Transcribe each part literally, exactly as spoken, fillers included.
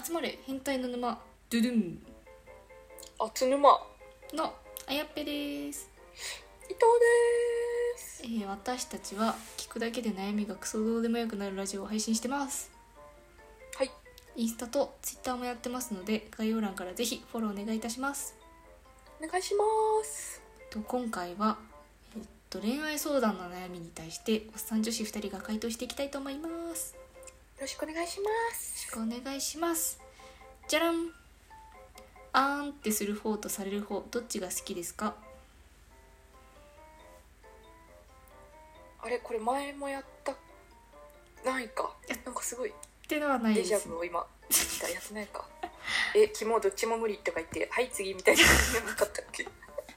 集まれ変態の沼ドゥドゥンあつぬまのあやっぺです。 伊藤です、 えー、私たちは聞くだけで悩みがクソどうでもよくなるラジオを配信してます。 はい、 インスタとツイッターもやってますので概要欄からぜひフォローお願いいたします。 お願いします。 と今回は、えっと、恋愛相談の悩みに対しておっさん女子ふたりが回答していきたいと思います。 よろしくお願いします。 よろしくお願いします。じゃらん。あーんってする方とされる方どっちが好きですか？ あれこれ前もやったないか、なんかすごいってのはないです、 デジャブを今やってないかえ、キモどっちも無理とか言ってはい次みたいな感じじゃなかったっけ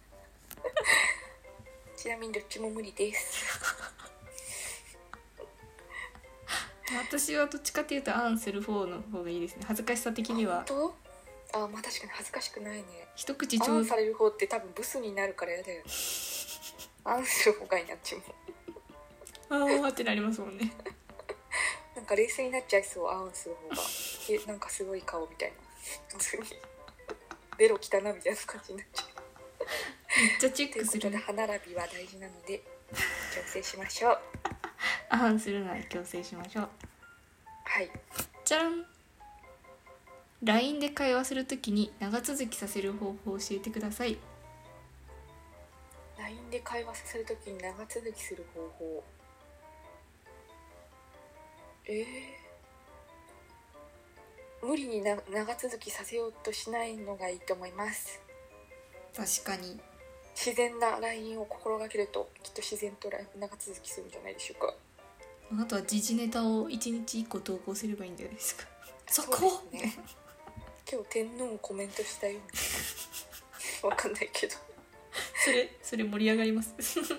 ちなみにどっちも無理です私はどっちかっていうとあんする方の方がいいですね。恥ずかしさ的には。 本当？あ、まあ確かに恥ずかしくないね。 一口ちょうあんされる方って多分ブスになるからやだよねあんする方がいいなっちもあーってなりますもんねなんか冷静になっちゃいそう、あんする方がえ、なんかすごい顔みたいな普通にベロ汚なみたいな感じになっちゃうめっちゃチェッというクする。 ことで歯並びは大事なので調整しましょう。 あんするなら強制しましょう。 はい、 じゃらん。 ライン で会話するときに長続きさせる方法を教えてください。 ライン で会話させるときに長続きする方法、えー、無理にな長続きさせようとしないのがいいと思います。 確かに。 自然な ライン を心がけるときっと自然と長続きするんじゃないでしょうか。 あとは時事ネタをいちにちいっこ投稿すればいいんじゃないですか。そこそうですね今日天皇コメントしたよわかんないけどそれそれ盛り上がります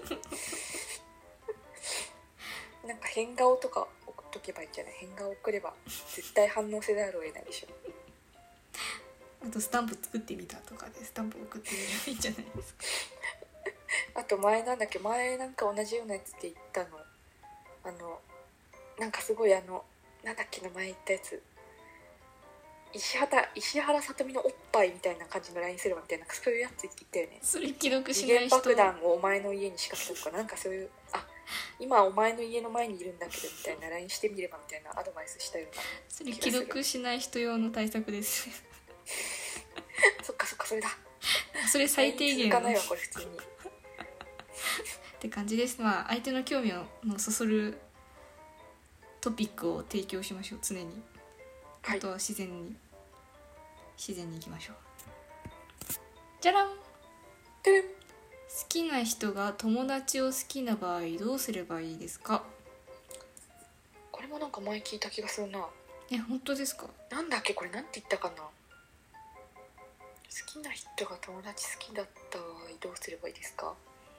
なんか変顔とか送っとけばいいんじゃない。変顔送れば絶対反応せざるを得ないでしょあとスタンプ作ってみたとかでスタンプ送ってみればいいんじゃないですかあと前なんだっけ前なんか同じようなやつで言ったの、あのなんかすごいあのなんだっけの前言ったやつ、石原石原さとみのおっぱいみたいな感じの ライン すればみたいなそういうやつ言ったよね。 それ既読し次元ない人。 爆弾をお前の家に仕掛けたとかなんかそういうあ今お前の家の前にいるんだけどみたいな ライン してみればみたいなアドバイスしたような。 それ既読しない人用の対策ですそっかそっかそれだ。 それ最低限の続かないわこれ普通にって感じです。まあ相手の興味をのそそるトピックを提供しましょう常に。あとは自然に、はい、自然にいきましょう。じゃらん。好きな人が友達を好きな場合どうすればいいですか？ これもなんか前聞いた気がするな。 え、本当ですか？ なんだっけこれなんて言ったかな。好きな人が友達好きだった場合どうすればいいですか？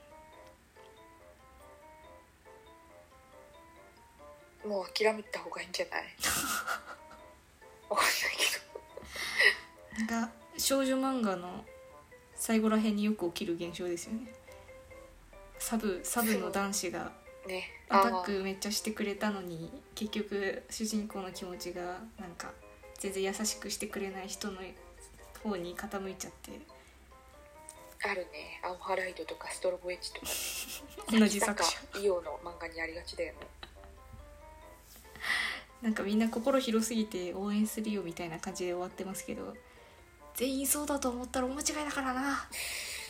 もう諦めた方がいいんじゃないわかんないけどなんか少女漫画の最後らへんによく起きる現象ですよね。サブサブの男子がアタックめっちゃしてくれたのに結局主人公の気持ちがなんか全然優しくしてくれない人の方に傾いちゃって。 あるね。アオハライドとかストロボエッジとか、 ね、同じ作者イオの漫画にありがちだよね。 なんかみんな心広すぎて応援するよみたいな感じで終わってますけど、全員そうだと思ったら大間違いだからなって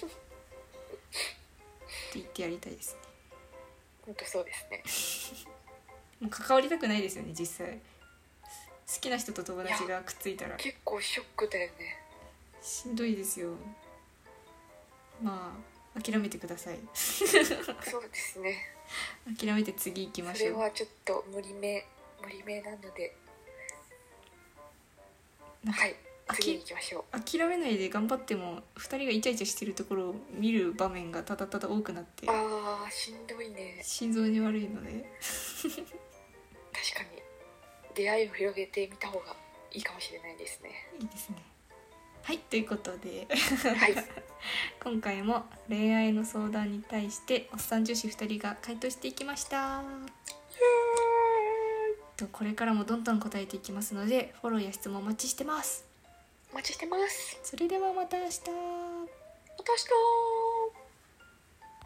言ってやりたいですね。 本当そうですねもう関わりたくないですよね実際。好きな人と友達がくっついたら結構ショックだよね。 しんどいですよ。まあ諦めてくださいそうですね諦めて次行きましょう。 それはちょっと無理め無理めなので、はい次に行きましょう。 諦めないで頑張ってもふたりがイチャイチャしてるところを見る場面がただただ多くなってあーしんどいね。 心臓に悪いので確かに出会いを広げてみた方がいいかもしれないですね。 いいですね。はいということで、 はい、 今回も恋愛の相談に対しておっさん女子ふたりが回答していきました。 とこれからもどんどん答えていきますので、フォローや質問お待ちしてます。 お待ちしてます。 それではまた明日。 また明日。